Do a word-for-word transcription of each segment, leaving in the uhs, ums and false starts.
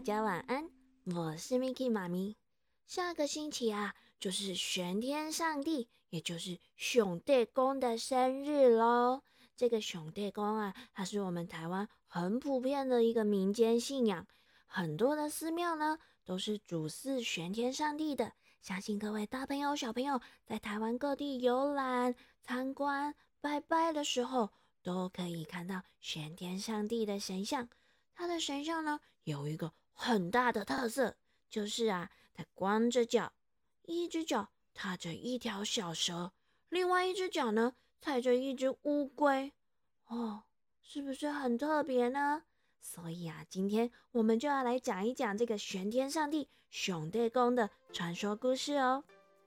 家晚安，我是 Miki 妈咪。下个星期啊，就是玄天上帝，也就是熊帝公的生日咯。这个熊帝公啊，它是我们台湾很普遍的一个民间信仰，很多的寺庙呢都是主祀玄天上帝的。相信各位大朋友、小朋友在台湾各地游览、参观、拜拜的时候，都可以看到玄天上帝的神像。他的神像呢，有一个很大的特色，就是啊，他光着脚，一只脚踏着一条小蛇，另外一只脚呢踩着一只乌龟。哦，是不是很特别呢？所以啊，今天我们就要来讲一讲这个玄天上帝熊帝公的传说故事哦。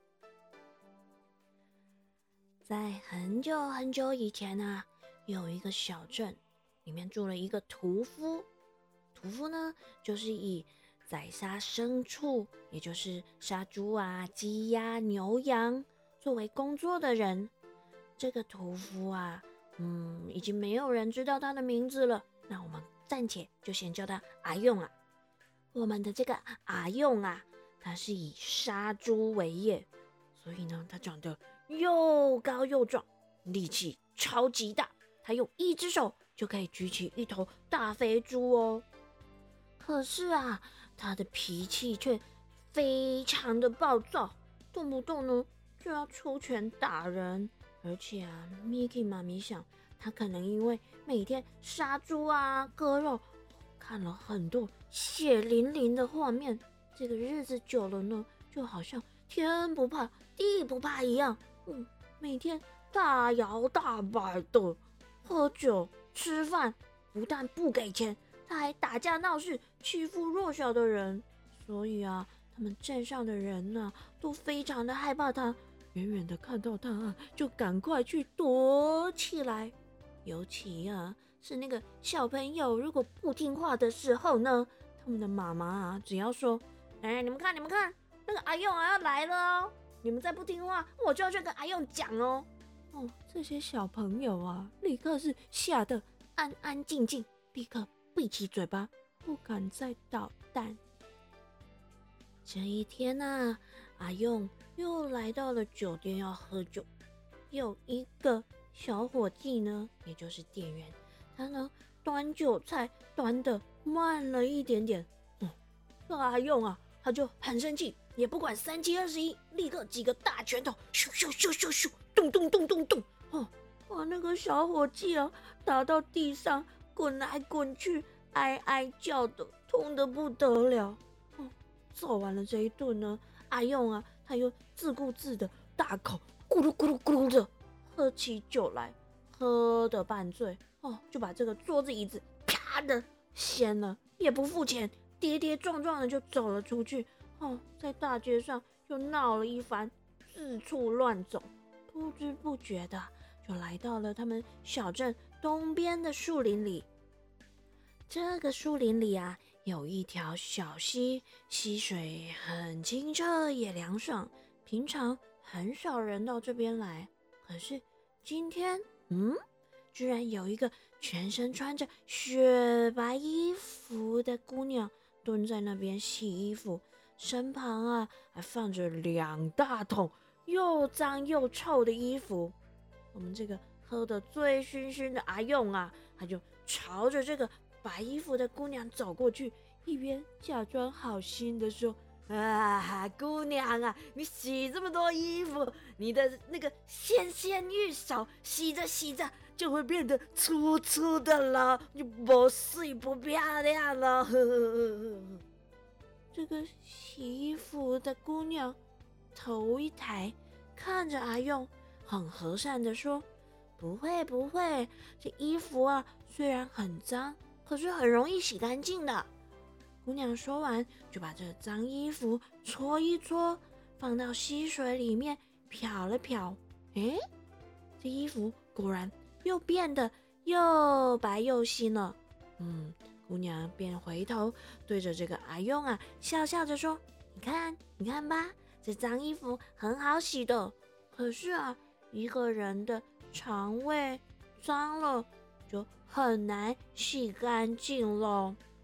在很久很久以前啊，有一个小镇，里面住了一个屠夫。屠夫呢，就是以宰杀牲畜，也就是杀猪啊、鸡鸭、牛羊作为工作的人。这个屠夫啊，嗯，已经没有人知道他的名字了。那我们暂且就先叫他阿用啊。我们的这个阿用啊，他是以杀猪为业，所以呢，他长得又高又壮，力气超级大。他用一只手就可以举起一头大肥猪哦。可是啊，他的脾气却非常的暴躁，动不动呢就要出拳打人。而且啊 ，Miki 妈咪想，他可能因为每天杀猪啊、割肉，看了很多血淋淋的画面，这个日子久了呢，就好像天不怕地不怕一样。嗯，每天大摇大摆的喝酒吃饭，不但不给钱，他还打架闹事，欺负弱小的人。所以啊，他们镇上的人呢、啊，都非常的害怕他，远远的看到他啊，就赶快去躲起来。尤其啊，是那个小朋友如果不听话的时候呢，他们的妈妈啊，只要说：“哎，你们看，你们看，那个阿用啊要来了哦！你们再不听话，我就要去跟阿用讲哦。”哦，这些小朋友啊，立刻是吓得安安静静，立刻闭起嘴巴，不敢再捣蛋。这一天啊，阿用又来到了酒店要喝酒。有一个小伙计呢，也就是店员，他呢端酒菜端得慢了一点点。嗯，这阿用啊，他就很生气，也不管三七二十一，立刻几个大拳头，咻咻咻咻咻，咚咚咚咚咚，哦，把那个小伙计啊打到地上，滚来滚去，哀哀叫的，痛得不得了。哦，做完了这一顿呢，阿用啊，他又自顾自的大口咕噜咕噜咕噜的喝起酒来，喝得半醉，哦，就把这个桌子椅子啪的掀了，也不付钱，跌跌撞撞的就走了出去。哦，在大街上又闹了一番，四处乱走，不知不觉的就来到了他们小镇东边的树林里。这个树林里啊，有一条小溪，溪水很清澈也凉爽，平常很少人到这边来。可是今天，嗯，居然有一个全身穿着雪白衣服的姑娘蹲在那边洗衣服，身旁啊还放着两大桶又脏又臭的衣服。我们这个喝得醉醺醺的阿用啊，他就朝着这个白衣服的姑娘走过去，一边假装好心的说：“啊，姑娘啊，你洗这么多衣服，你的那个纤纤玉手洗着洗着就会变得粗粗的了，就不水不漂亮了。”呵呵呵。这个洗衣服的姑娘头一抬，看着阿用，很和善的说：“不会不会，这衣服啊虽然很脏，可是很容易洗干净的。”姑娘说完，就把这脏衣服搓一搓，放到溪水里面漂了漂。诶，这衣服果然又变得又白又新了。嗯，姑娘便回头对着这个阿用啊，笑笑着说：“你看，你看吧，这脏衣服很好洗的。可是啊，一个人的肠胃脏了，就很难洗干净了。”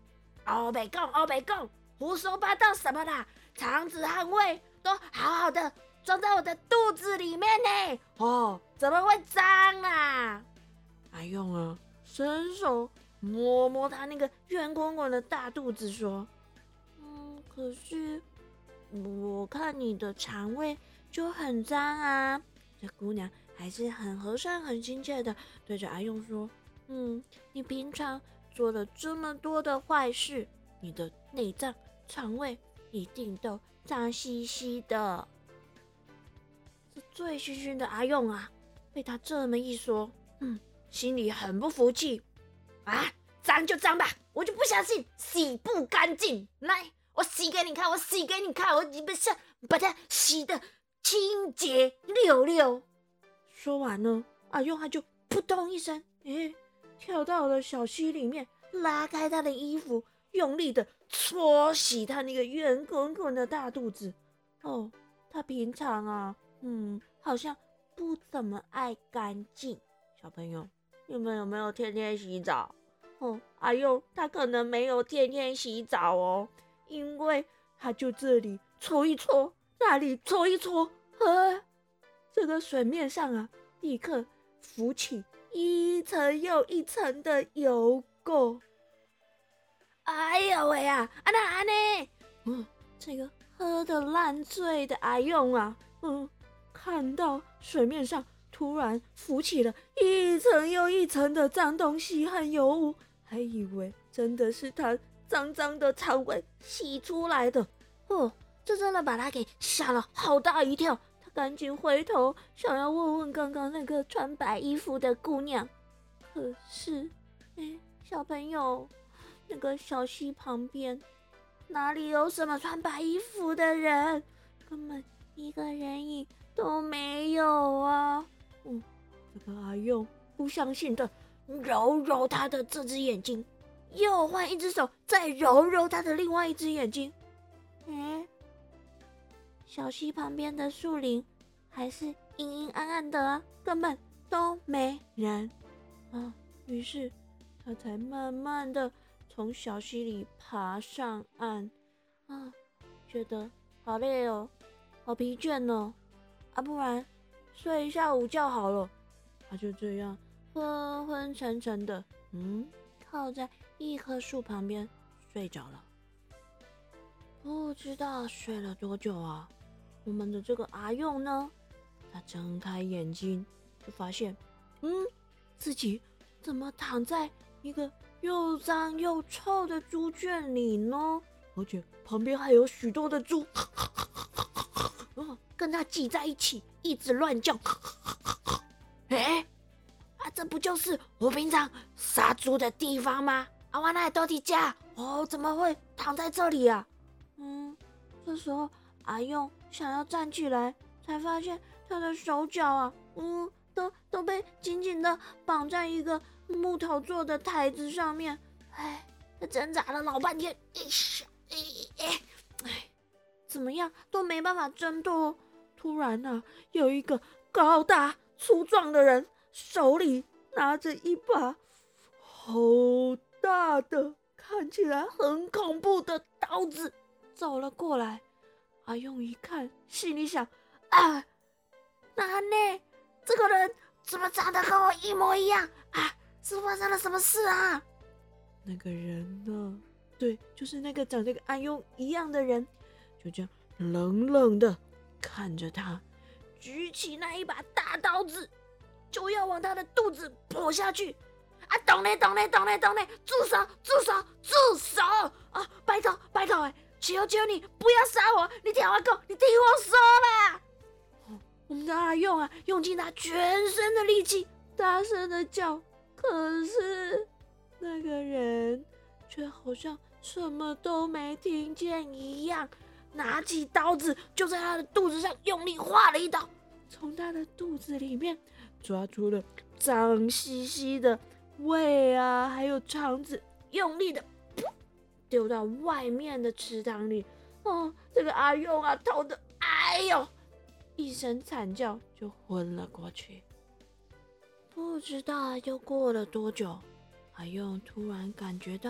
欧北贡，欧北贡，胡说八道什么啦？肠子和胃都好好的装在我的肚子里面呢。哦，怎么会脏啦？阿用啊，伸手摸摸他那个圆滚滚的大肚子，说：“嗯，可是我看你的肠胃就很脏啊。”这姑娘还是很和善、很亲切的对着阿用说：“嗯，你平常做了这么多的坏事，你的内脏、肠胃一定都脏兮兮的。”这醉醺醺的阿用啊，被他这么一说，嗯，心里很不服气啊！脏就脏吧，我就不相信洗不干净。来，我洗给你看，我洗给你看，我不是把它洗的清洁溜溜。说完呢，阿用他就扑通一声，诶，跳到了小溪里面，拉开他的衣服，用力的搓洗他那个圆滚滚的大肚子。哦，他平常啊，嗯，好像不怎么爱干净。小朋友，你们有没有天天洗澡？哦，阿用他可能没有天天洗澡哦，因为他就这里搓一搓，那里搓一搓，呃，这个水面上啊，立刻浮起一层又一层的油垢。哎呦喂啊，啊那啊呢？嗯，这个喝得烂醉的阿用啊，嗯，看到水面上突然浮起了一层又一层的脏东西和油污，还以为真的是他脏脏的肠胃洗出来的。哦，这真的把他给吓了好大一跳。他赶紧回头想要问问刚刚那个穿白衣服的姑娘，可是，哎，小朋友，那个小溪旁边哪里有什么穿白衣服的人？根本一个人影都没有啊！嗯，这个阿用不相信的揉揉他的这只眼睛，又换一只手再揉揉他的另外一只眼睛。哎，小溪旁边的树林还是阴阴暗暗的啊，根本都没人啊。于是他才慢慢的从小溪里爬上岸啊，觉得好累哦，好疲倦哦，啊，不然睡一下午觉好了。他就这样昏昏沉沉的，嗯，靠在一棵树旁边睡着了。不知道睡了多久啊，我们的这个阿用呢，他睁开眼睛就发现，嗯，自己怎么躺在一个又脏又臭的猪圈里呢？而且旁边还有许多的猪，哦，跟他挤在一起，一直乱叫。哎，啊，这不就是我平常杀猪的地方吗？啊，我那里到底家？哦，怎么会躺在这里啊？嗯，这时候阿用想要站起来，才发现他的手脚啊，嗯，都都被紧紧的绑在一个木头做的台子上面。哎，他挣扎了老半天，哎哎哎，怎么样都没办法挣脱。突然呢、啊，有一个高大粗壮的人手里拿着一把好大的，看起来很恐怖的刀子走了过来。阿用一看，心里想：啊，那呢？这个人怎么长得跟我一模一样啊？是发生了什么事啊？那个人呢？对，就是那个长得跟阿用一样的人，就这样冷冷的看着他，举起那一把大刀子，就要往他的肚子剖下去。啊，懂嘞，懂嘞，懂嘞，懂嘞！住手，住手，住手！啊，拜托，拜托，哎，求求你不要杀我！你听我讲，你听我说啦！哦，我们的阿用啊，用尽他全身的力气，大声的叫，可是那个人却好像什么都没听见一样，拿起刀子就在他的肚子上用力划了一刀，从他的肚子里面抓出了脏兮兮的胃啊，还有肠子，用力的丢到外面的池塘里。哦，这个阿用啊，痛的哎呦一声惨叫，就昏了过去。不知道又过了多久，阿用突然感觉到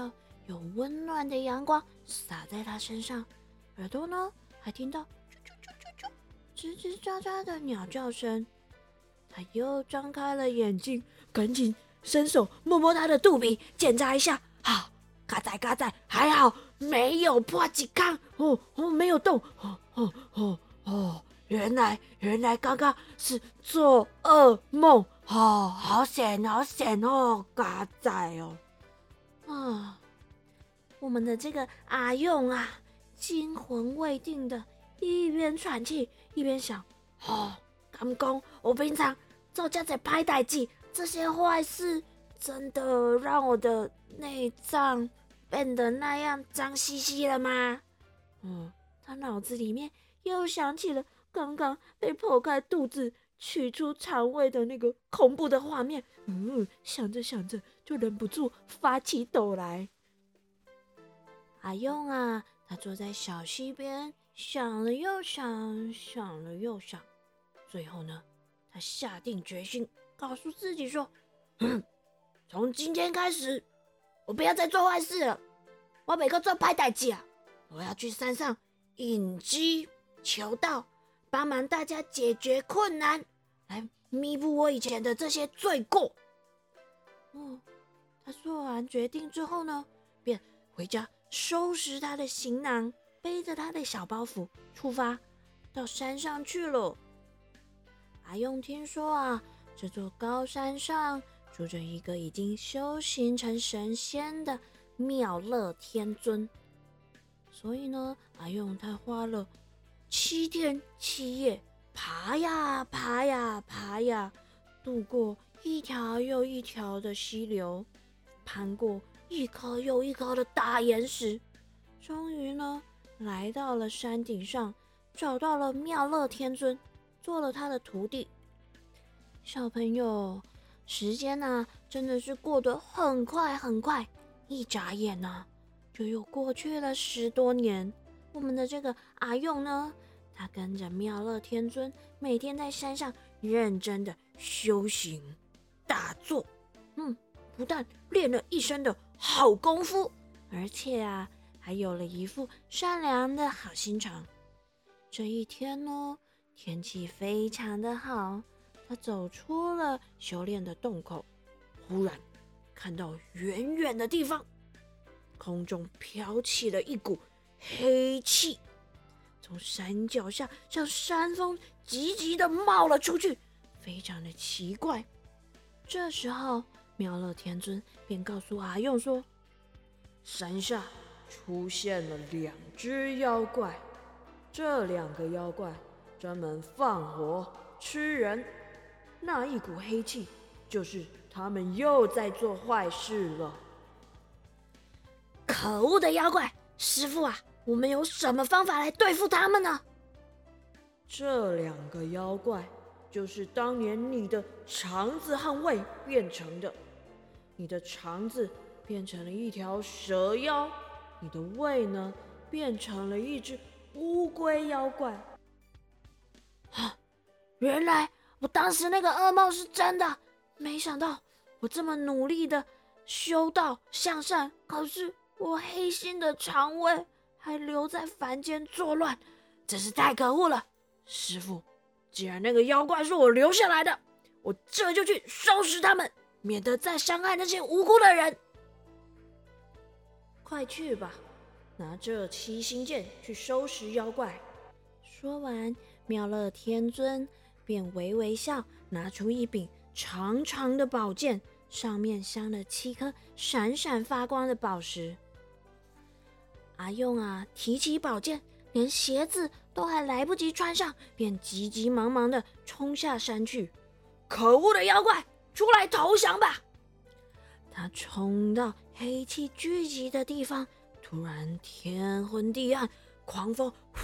有温暖的阳光洒在他身上，耳朵呢还听到啾啾啾啾啾吱吱喳喳的鸟叫声。他又张开了眼睛，赶紧伸手摸摸他的肚皮，检查一下，好，嘎仔嘎仔，还好没有破几康，哦哦，没有动，哦哦哦哦，原来原来刚刚是做噩梦，哦，好险好险哦，嘎仔哦，啊，我们的这个阿用啊，惊魂未定的，一边喘气一边想，哦，敢讲我平常做这些歹代志，这些坏事，真的让我的内脏变得那样脏兮兮了吗？嗯，他脑子里面又想起了刚刚被剖开肚子取出肠胃的那个恐怖的画面，嗯，想着想着就忍不住发起抖来。阿用啊，他坐在小溪边，想了又想，想了又想，最后呢，他下定决心，告诉自己说：“嗯，从今天开始，我不要再做坏事了，我每个做歹代志啊，我要去山上隐居求道，帮忙大家解决困难，来弥补我以前的这些罪过。”哦，他做完决定之后呢，便回家收拾他的行囊，背着他的小包袱出发到山上去了。阿用听说啊，这座高山上住着一个已经修行成神仙的妙乐天尊，所以呢，阿用他花了七天七夜，爬呀爬呀爬呀，渡过一条又一条的溪流，攀过一颗又一颗的大岩石，终于呢，来到了山顶上，找到了妙乐天尊，做了他的徒弟。小朋友，时间呢、啊，真的是过得很快很快，一眨眼呢、啊，就又过去了十多年。我们的这个阿用呢，他跟着妙乐天尊，每天在山上认真的修行打坐，嗯，不但练了一身的好功夫，而且啊，还有了一副善良的好心肠。这一天呢，天气非常的好，他走出了修炼的洞口，忽然看到远远的地方，空中飘起了一股黑气，从山脚下像山风急急的冒了出去，非常的奇怪。这时候，妙乐天尊便告诉阿用说：“山下出现了两只妖怪，这两个妖怪专门放火吃人，那一股黑气就是他们又在做坏事了。”可恶的妖怪！师父啊，我们有什么方法来对付他们呢？这两个妖怪就是当年你的肠子和胃变成的，你的肠子变成了一条蛇妖，你的胃呢变成了一只乌龟妖怪。啊，原来我当时那个噩梦是真的，没想到我这么努力的修道向善，可是我黑心的肠胃还留在凡间作乱，真是太可恶了！师父，既然那个妖怪是我留下来的，我这就去收拾他们，免得再伤害那些无辜的人。快去吧，拿这七星剑去收拾妖怪。说完，妙乐天尊便微微笑，拿出一柄长长的宝剑，上面镶了七颗闪闪发光的宝石。阿用啊，提起宝剑，连鞋子都还来不及穿上，便急急忙忙地冲下山去。可恶的妖怪，出来投降吧！他冲到黑气聚集的地方，突然天昏地暗，狂风呼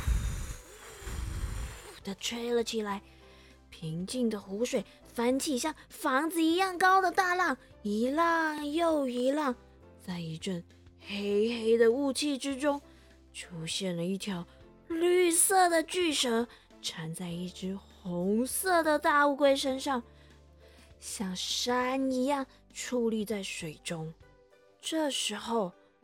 的吹了起来，平静的湖水翻起像房子一样高的大浪，一浪又一浪，在一阵黑黑的雾气之中，出现了一条绿色的巨蛇，缠在一只红色的大乌龟身上，像山一样矗立在水中。这时候，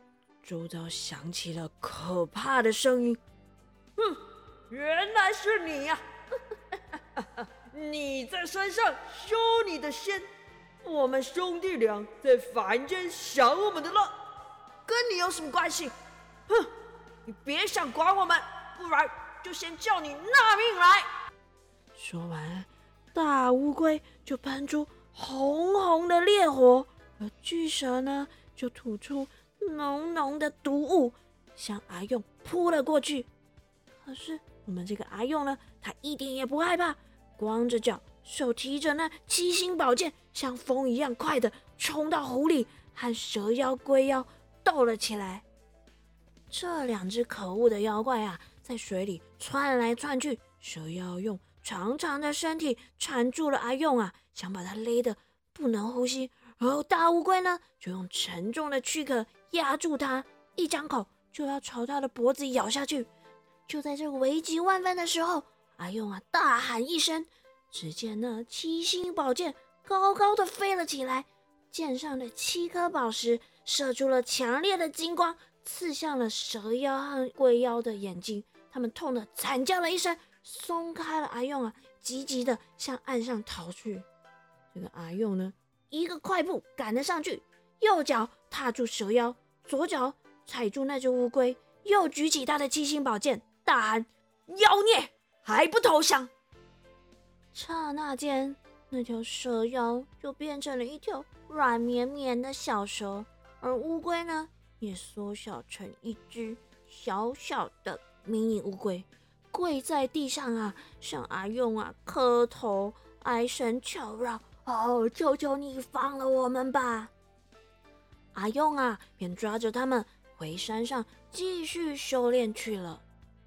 周遭响起了可怕的声音。哼，原来是你呀、啊！你在山上修你的仙，我们兄弟俩在凡间享我们的乐，跟你有什么关系？哼，你别想管我们，不然就先叫你纳命来！说完，大乌龟就喷出红红的烈火，而巨蛇呢，就吐出浓浓的毒雾，向阿用扑了过去。可是我们这个阿用呢，他一点也不害怕，光着脚，手提着那七星宝剑，像风一样快的冲到湖里，和蛇妖、龟妖斗了起来。这两只可恶的妖怪啊，在水里窜来窜去，蛇妖用长长的身体缠住了阿用啊，想把他勒得不能呼吸。然后大乌龟呢，就用沉重的躯壳压住他，一张口就要朝他的脖子咬下去。就在这危急万分的时候，阿用啊大喊一声，只见那七星宝剑高高的飞了起来，剑上的七颗宝石射出了强烈的金光，刺向了蛇妖和龟妖的眼睛。他们痛得惨叫了一声，松开了阿用啊，急急的向岸上逃去。这个阿用呢，一个快步赶了上去，右脚踏住蛇妖，左脚踩住那只乌龟，又举起他的七星宝剑，大喊：妖孽，还不投降！刹那间，那条蛇妖就变成了一条软绵绵的小蛇，而乌龟呢，也缩小成一只小小的迷你乌龟，跪在地上啊，向阿用啊磕头，哀声求饶：哦，求求你放了我们吧！阿用啊，便抓着他们回山上继续修炼去了。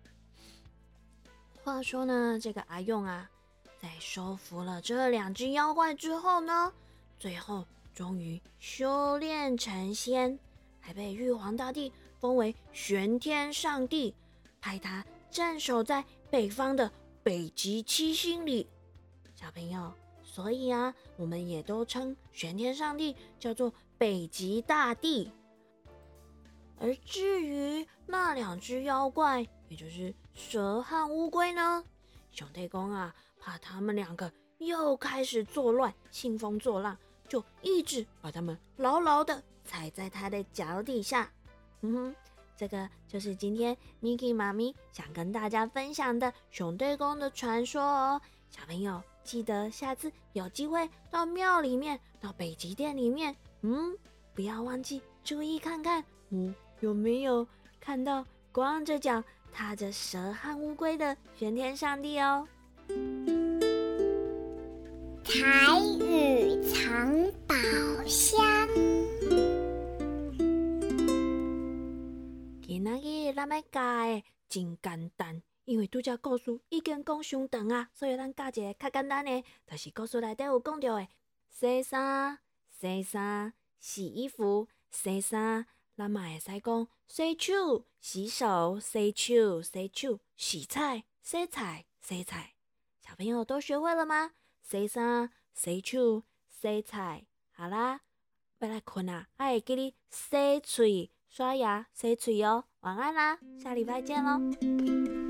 话说呢，这个阿用啊，在收服了这两只妖怪之后呢，最后终于修炼成仙，还被玉皇大帝封为玄天上帝，派他镇守在北方的北极七星里。小朋友，所以啊，我们也都称玄天上帝叫做北极大帝。而至于那两只妖怪，也就是蛇和乌龟呢，熊太公啊，怕他们两个又开始作乱，兴风作浪，就一直把他们牢牢的踩在他的脚底下。嗯哼，这个就是今天 Miki 妈咪想跟大家分享的熊太公的传说哦。小朋友记得下次有机会到庙里面，到北极殿里面，嗯，不要忘记注意看看，嗯，有没有看到光着脚踏着蛇和乌龟的玄天上帝哦。 台语藏宝箱。 今仔日咱要教的真简单，因为拄则故事已经讲伤长啊，所以咱教一个较简单的，就是故事内底有讲到的洗衫、洗衫、洗衣服、洗衫，咱嘛会使讲洗手、洗手、洗手、洗手、洗菜、洗菜、洗菜。小朋友都学会了吗？洗衫、洗手、洗菜。好啦，要来困啊，还会记你洗嘴、刷牙、洗嘴哦。晚安啦，下礼拜见喽。